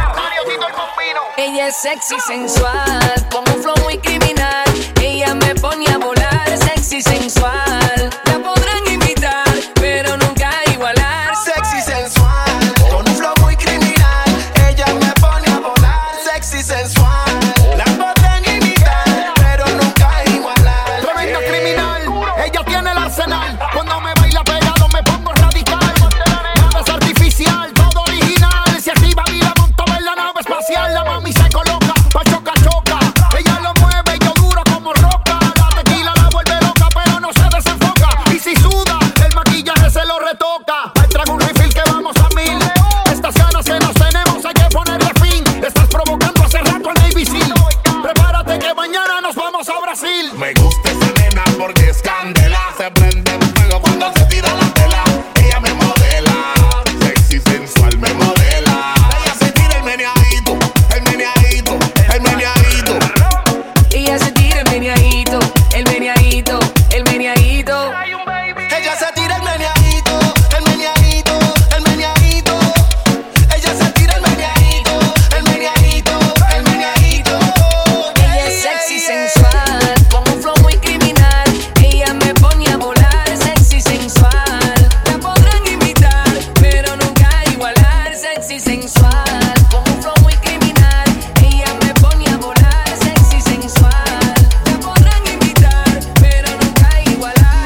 Ella es sexy, sensual, con un flow muy criminal. Ella me pone a volar, sexy, sensual. La podrán imitar, pero nunca igualar. Sexy, sensual, con un flow muy criminal. Ella me pone a volar, sexy, sensual. La podrán imitar, pero nunca igualar. Tremenda criminal, ella tiene el arsenal. Cuando me baila pegado me pongo radical. Nada es artificial, todo original. Si arriba vi la monto en la nave espacial. La mami se coloca, pa' choca, choca. Ella lo mueve, yo duro como roca. La tequila la vuelve loca, pero no se desenfoca. Y si suda, el maquillaje se lo retoca. Me trago un refill que vamos a 1000. Estas ganas que nos tenemos hay que ponerle fin. Estás provocando hace rato al Navy Seal. Prepárate que mañana nos vamos a Brasil. Me gusta esa nena porque es candela. Se prende en fuego cuando se tira la tela. Ella me modela, sexy, sensual, me modela. Ella se tira el meneadito, el meneadito, el meneadito. Ella se tira el meneadito, el meneadito, el meneadito. Ella se tira el meneadito, el meneadito, el meneadito. Ella se tira el meneadito, el meneadito, el meneadito. Ella es sexy, sensual, con un flow muy criminal. Ella me pone a volar, sexy, sensual. La podrán imitar, pero nunca igualar. Sexy, sensual, con un flow muy criminal. Ella me pone a volar, sexy, sensual. La podrán imitar, pero nunca igualar.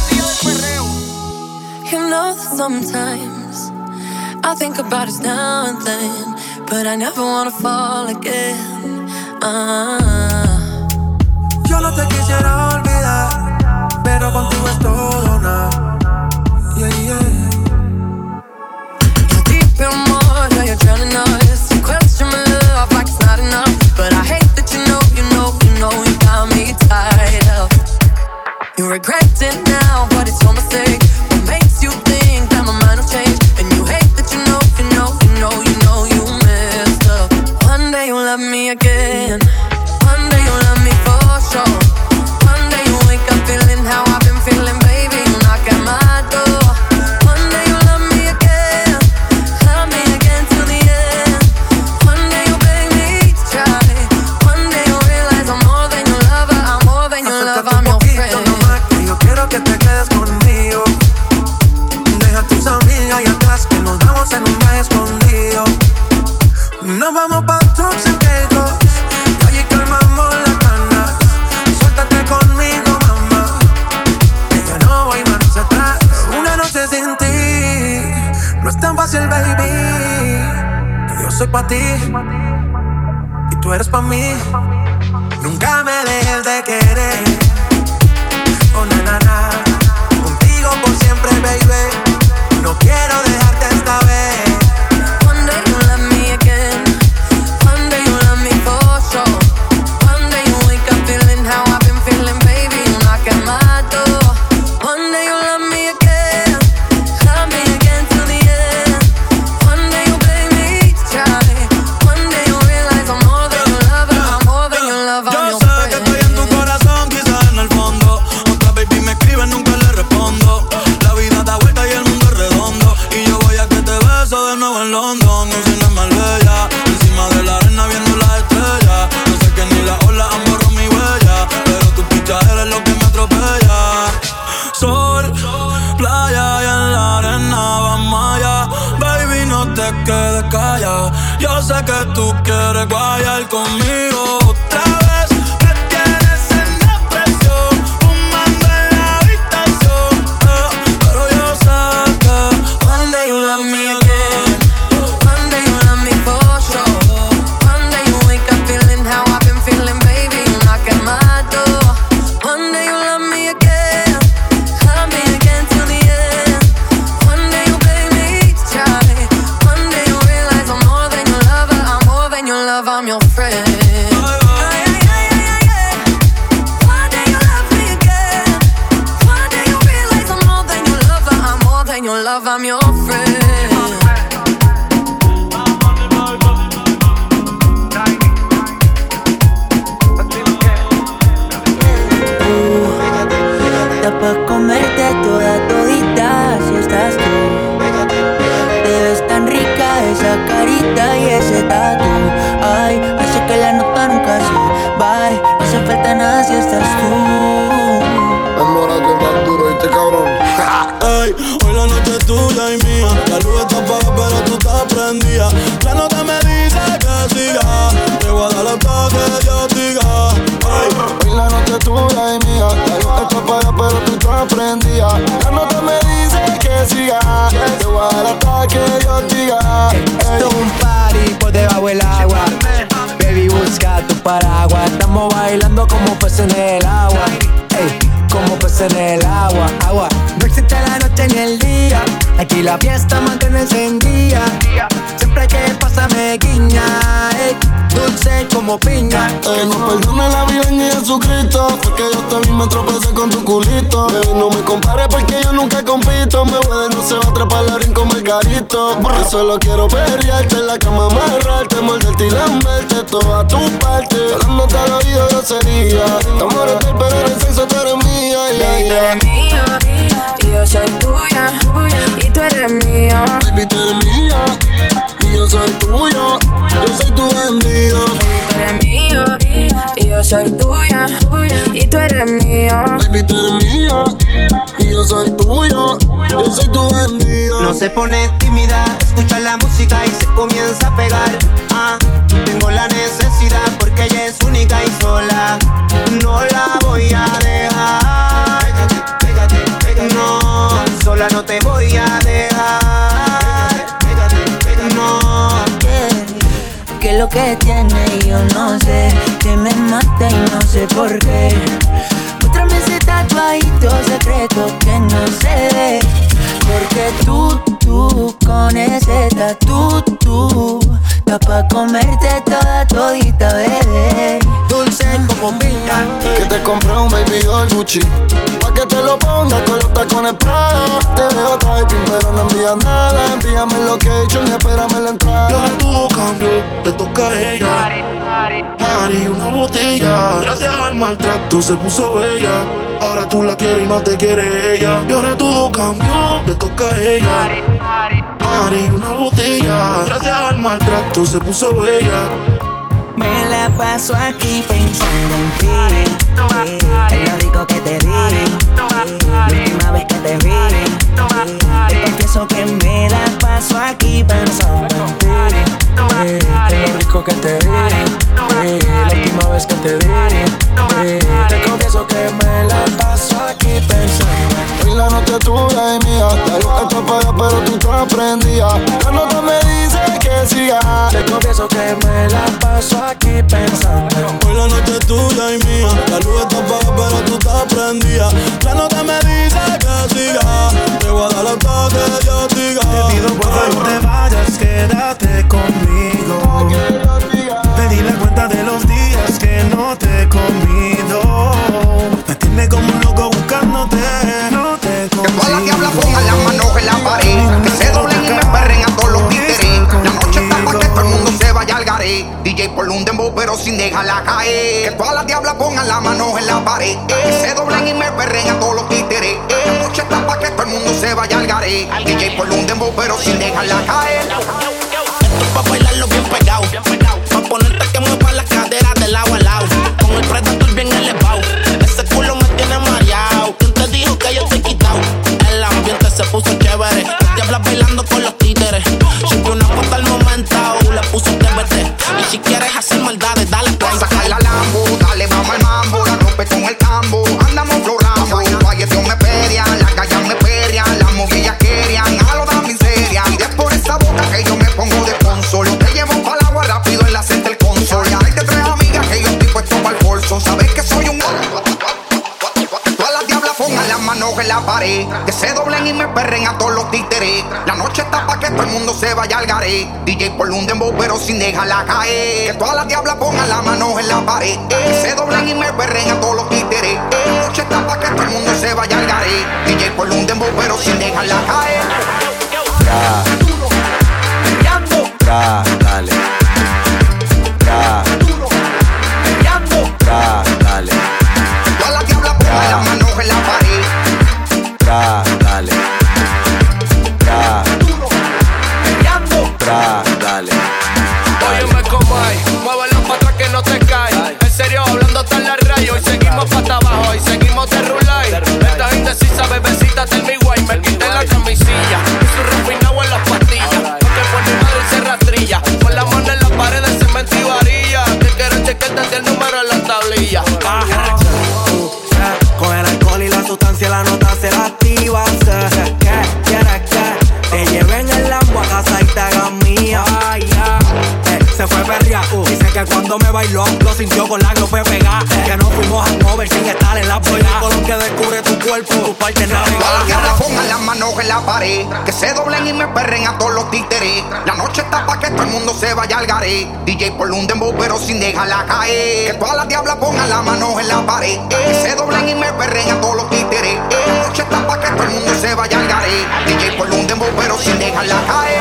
You know that sometimes I think about us now and then, but I never wanna fall again. Yo no te quisiera olvidar, pero contigo es todo nada. Yeah, yeah. You're deep in more, now you're drowning us. You question my love like it's not enough, but I hate that you know you got me tied up. You regret it now, but it's your mistake. What makes you think that my mind will change? And you hate that you know you messed up. One day you'll love me again. One day you'll love me for sure. One day you'll wake up feeling how I've been feeling, baby. You'll knock at my door. One day you'll love me again till the end. One day you'll beg me to try. One day you'll realize I'm more than your lover. I'm more than your lover. I'm your friend. Yo quiero que te quedes conmigo. Deja a tus amigas y atrás que nos vamos en un viaje escondido. Nos vamos pa' Turks and Caicos y allí calmamos las ganas. Suéltate conmigo, mamá, que ya no voy marcha atrás. Una noche sin ti no es tan fácil, baby. Que yo soy pa' ti y tú eres pa' mí. Nunca me dejes de querer. Oh, na, na, na. Contigo por siempre, baby. No quiero dejarte esta vez. One day you'll love me again. One day you'll love me for sure. One day you'll wake up feeling how I've been feeling, baby. You'll knock at my door. One day you'll love me again till the end. One day you'll quedes callada. Yo sé que tú quieres guayar conmigo otra vez. Me tienes en depresión, fumando en la habitación, pero yo sé que one day you love me again, one day you love me for sure. One day you wake up feeling how I've been feeling, baby, you knock at my door. One day you love me again, love me again till the end. One day you play me try, one day you realize I'm more than your lover, I'm more than your love, I'm your friend. One day you love me again, one day you realize I'm more than your lover, I'm more than your love, I'm your friend. Está pa' comerte toda todita si estás tú. Te ves tan rica esa carita y ese tatu. Ay, hace que la nota nunca se va. No hace falta nada si estás tú. Enamórate más duro, ¿viste, cabrón? Ey, hoy la noche es tuya y mía. La luz está apagada pero tú estás prendida. La nota me dice que siga. Te voy a dar hasta que yo diga. Hoy la noche es tuya y mía. La luz está apagada pero tú estás prendida. La nota me dice que siga. Te voy a dar hasta que yo diga. Esto es un party por debajo del agua. Baby, busca tu paraguas. Estamos bailando como peces en el agua. Ey, como peces en el agua. Agua. No existe la noche ni el día. Aquí la fiesta mantiene encendida. Siempre que pasa me guiña. Ey, dulce como piña. No perdone la vida en Jesucristo. Porque yo también me tropecé con tu culito. Baby, no me compares porque yo nunca compito. Me voy de no se va a atrapar la rin con Margarito. Yo solo quiero perrearte en la cama, amarrarte, morderte y lamberte toda tu parte. Hablándote al oído grosería. Estamos en pero en el sexo tú eres mía. Baby, tú eres mía, y yo soy tuya, y tú eres mía. Baby, tú eres mía, y yo soy tuyo. Yo soy tu bandido. Baby, tú eres mía, y yo soy tuya, y tú eres mía. Baby, tú eres mía, y yo soy tuyo. Yo soy tu bandido. No se pone tímida, escucha la música y se comienza a pegar. Tengo la necesidad porque ella es única y sola. No la voy a dejar. Pégate, pégate, no, sola no te voy a dejar. Pégate, no. ¿Qué es lo que tiene? Yo no sé. Que me mata y no sé por qué. Muéstrame ese tatuadito secreto que no se ve. Porque tú, con ese tatu, está pa' comerte toda todita, bebé. Dulce como piña. Que te compré un baby doll Gucci. Pa' que te lo pongas con los tacones Prada. Te veo typing pero no envías nada. Envíame el location y espérame la entrada. Y ahora todo cambió, te toca a ella. Mari, una botella. Gracias al maltrato se puso bella. Ahora tú la quieres y no te quiere ella. Y ahora todo cambió, te toca a ella. Mari, una botella. Gracias al maltrato se puso bella. Me la paso aquí pensando en ti. Es lo rico que te di. La última vez que te vi. Te confieso que me la paso aquí pensando en ti. Es lo rico que te di. La última vez que te vi. Te confieso que me la paso aquí pensando. Hoy la noche es tuya y mía. La luz está apagada pero tú estás prendida. La nota me dice que siga. Te confieso que me la paso aquí pensando. Hoy la noche es tuya y mía. La luz está apagada pero tú estás prendida. La nota me dice que siga. Te voy a dar hasta que yo diga. Te pido por favor no te vayas, quédate conmigo. Pedí la cuenta de los días que no te he comido. Me tiene como un loco buscándote, no te consigo. Que todas las diablas pongan las manos en la pared. Que se doblen y me perren a todos los títeres. La noche está pa' que todo el mundo se vaya al garé. DJ por un dembow pero sin dejarla caer. Que todas las diablas pongan las manos en la pared. Que se doblen y me perren a todos los títeres. La noche está pa' que todo el mundo se vaya al garé. DJ por un dembow pero sin dejarla caer. Esto es pa' bailarlo bien pegado. Pa' ponerte que mueva las caderas de lado a lado. Con el predator bien elevado. Ese culo me tiene mareado. ¿Quién te dijo que yo te he quitado? El ambiente se puso chévere. Las diablas bailando con los títeres. Siempre una puta al manos en la pared. Que se doblen y me perren a todos los títeres. La noche está pa' que todo el mundo se vaya al garé. DJ por un dembow pero sin dejarla caer. Que todas las diablas pongan las manos en la pared. Que se doblen y me perren a todos los títeres. La noche está pa' que todo el mundo se vaya al garé. DJ por un dembow pero sin dejarla caer. Dale. Dale. Todas las diablas pongan las manos en la pared. Dale. Dale. Óyeme como hay, muévelo pa' atrás que no te caes. En serio, hablando hasta la rayo. Y seguimos pa' hasta abajo y seguimos de rulay. Esta indecisa, bebecita, tell me why. Me quité la camisilla y su refinado en las pastillas. Porque por mi madre se rastrilla. Con la mano en la pared de cemento y varilla. Que quieren chequearte el número en la tablilla. Con el alcohol y la sustancia la nota se la activa. ¿Qué quieres que te lleven el Lambo a casa y te hagan mía? Se fue perrea, dice que cuando me bailó lo sintió con la glope pegada. Que no fuimos a mover sin estar en la boya. Con lo que descubre tu cuerpo, tu parte navegada. Todas las diablas pongan las manos en la pared. Que se doblen y me perren a todos los títeres. La noche está pa' que todo el mundo se vaya al garé. DJ por un dembow pero sin dejarla caer. Que todas las diablas pongan las manos en la pared. Que se doblen y me perren a todos los títeres. La noche está pa' que todo el mundo se vaya al garé. DJ por un dembow pero sin dejarla caer.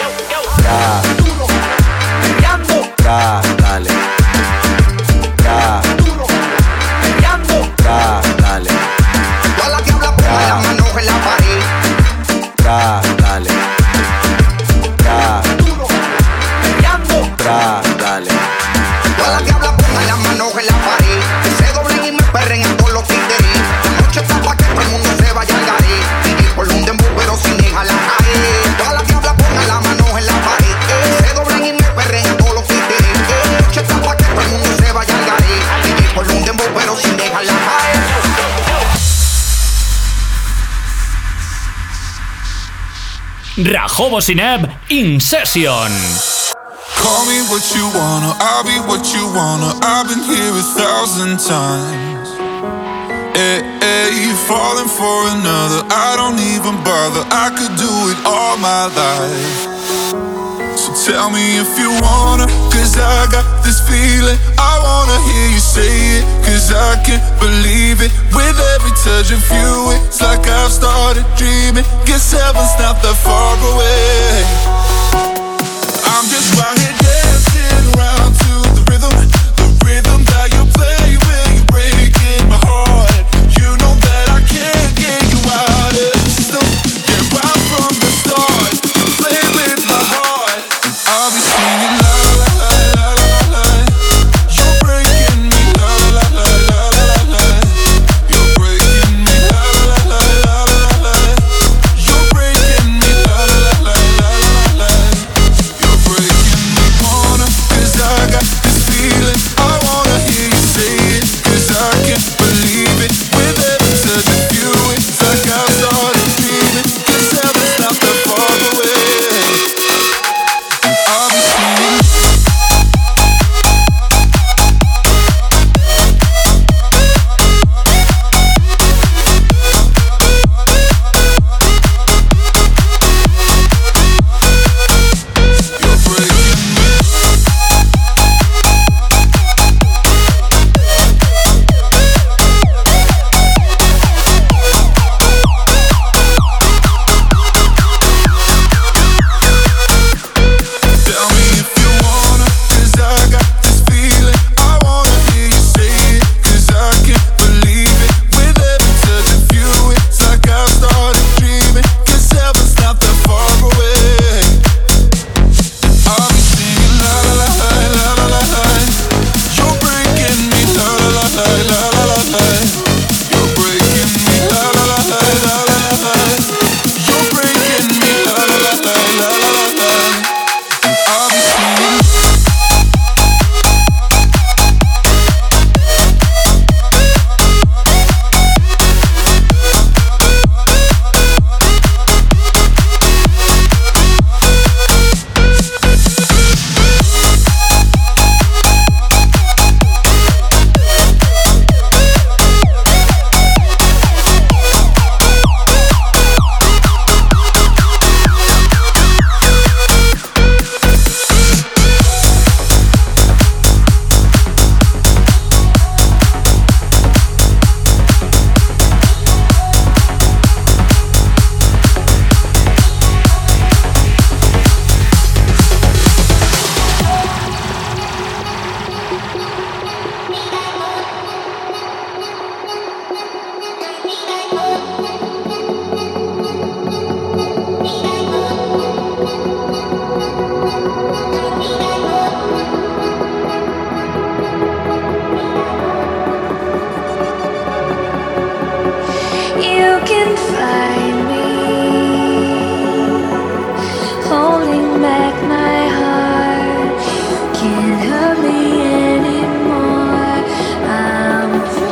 Dale. Dale. Todas las diablas pongan las manos en la pared. Dale. Dale. Todas las diablas pongan las manos en la pared. Que se doblen y me perren a todos los títeres. La noche está pa' que todo el mundo se vaya al garé. DJ por un dembow pero sin dejarla caer. Todas las diablas pongan las manos en la pared. Que se doblen y me perren a todos los títeres. La noche está pa' que todo el mundo se vaya al garé. DJ por un dembow pero sin dejarla caer. Rajobo Sineb in session. Call me what you wanna, I'll be what you wanna. I've been here 1,000 times. You falling for another, I don't even bother. I could do it all my life. So tell me if you wanna, cause I got this feeling. I wanna hear you say it, cause I can't believe it. With every touch of you, it's like I've started dreaming. Guess heaven's not that far away. I'm just right here dancing around to the rhythm that you play when you're breaking my heart. You know that I can't get you out of the system. Yeah, right from the start, you play with my heart. And I'll be singing la la la la la la. You're breaking me la la la la la la. You're breaking me la la la la la la. You're breaking me la la la la find me, holding back my heart. Can't hurt me anymore. I'm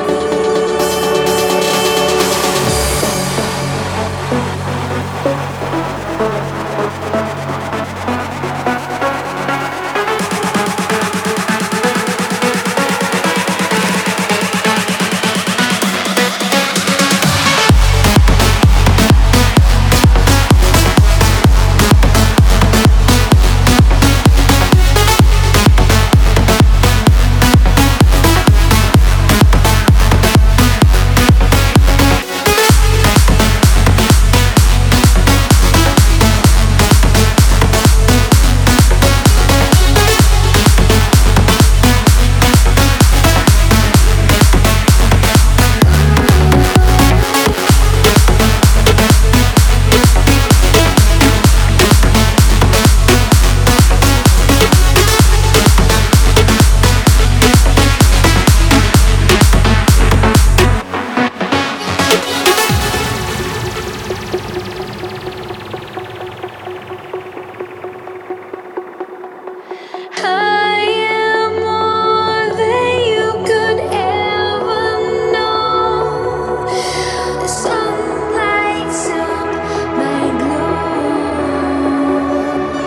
more than you could ever know. The sun lights up my glow.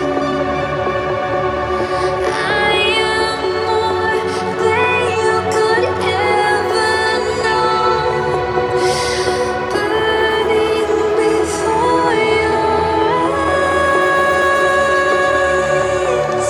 I am more than you could ever know. Burning before your eyes.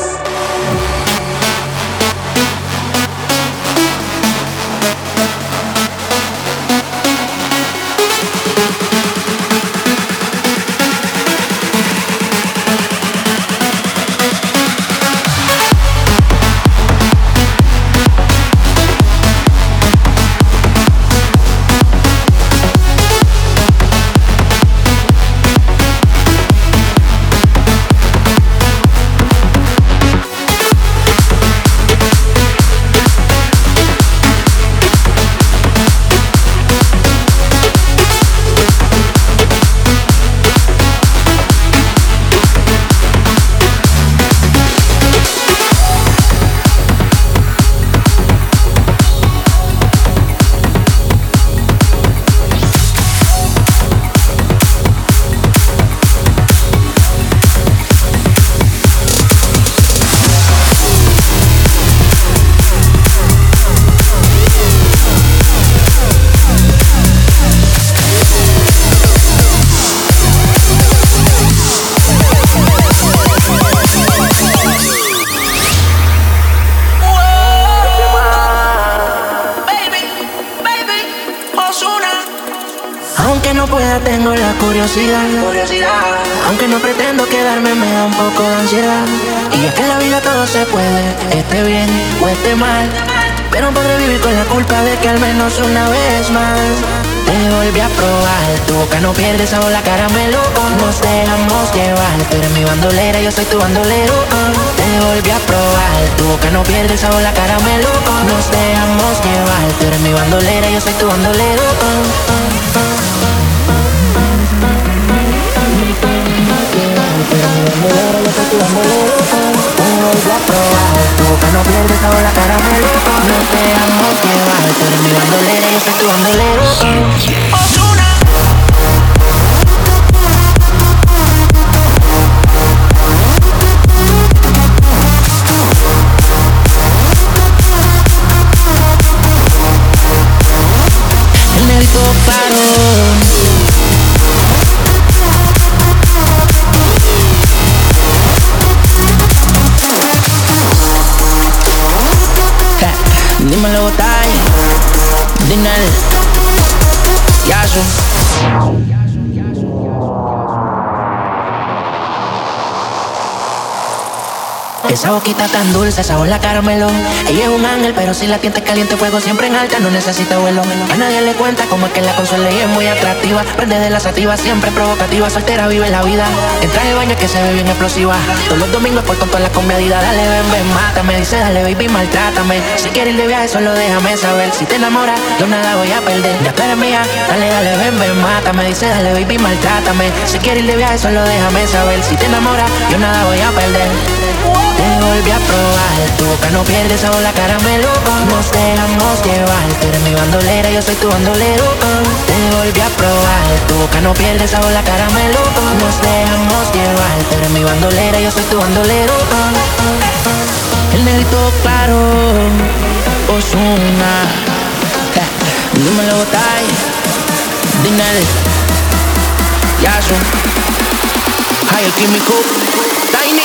Aunque no pueda, tengo la curiosidad. Aunque no pretendo quedarme, me da un poco de ansiedad. Y es que en la vida todo se puede, esté bien o esté mal. Pero podré vivir con la culpa de que al menos una vez más te volví a probar. Tu boca no pierde sabor, la caramelo. Nos dejamos llevar. Tú eres mi bandolera, yo soy tu bandolero. Te volví a probar. Tu boca no pierde sabor, la caramelo. Nos dejamos llevar. Tú eres mi bandolera, yo soy tu bandolero. Vuelve a probar, tu boca no pierde sabor a caramelo. Nos dejamos llevar, tú eres mi bandolera, yo soy tu bandolero. Ozuna. El negrito paró. Dímelo, Tai. Esa boquita tan dulce, sabor a caramelo. Ella es un ángel, pero si la tiente caliente, fuego siempre en alta, no necesita vuelo. A nadie le cuenta como es que la consuela y es muy atractiva. Prende de la sativa, siempre provocativa, soltera vive la vida. En traje de baño que se ve bien explosiva. Todos los domingos por con todas las comedidas. Dale, ven, mátame. Dice, dale, baby, maltrátame. Si quieres ir de viaje, solo déjame saber. Si te enamoras, yo nada voy a perder. Ya tú eres mía, dale, ven, mátame. Dice, dale, baby, maltrátame. Si quieres ir de viaje, solo déjame saber. Si te enamoras, yo nada voy a perder. Te volví a probar, tu boca no pierde sabor a caramelo. Nos dejamos llevar, tú eres mi bandolera, yo soy tu bandolero. Te volví a probar, tu boca no pierde sabor a caramelo. Nos dejamos llevar, tú eres mi bandolera, yo soy tu bandolero. El negrito claro, Ozuna. Dímelo, Tai, Dinelli, Yasu, Higher Químico, Tiny.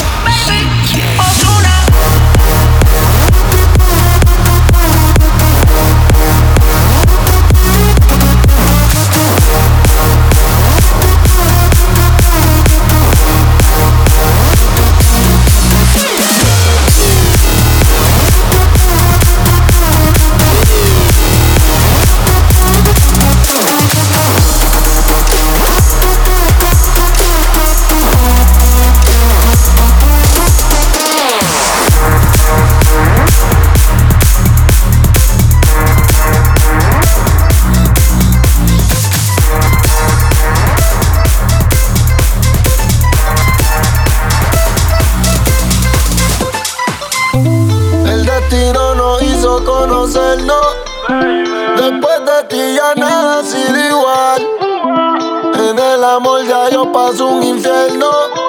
Después de ti ya nada ha sido igual. En el amor ya yo paso un infierno.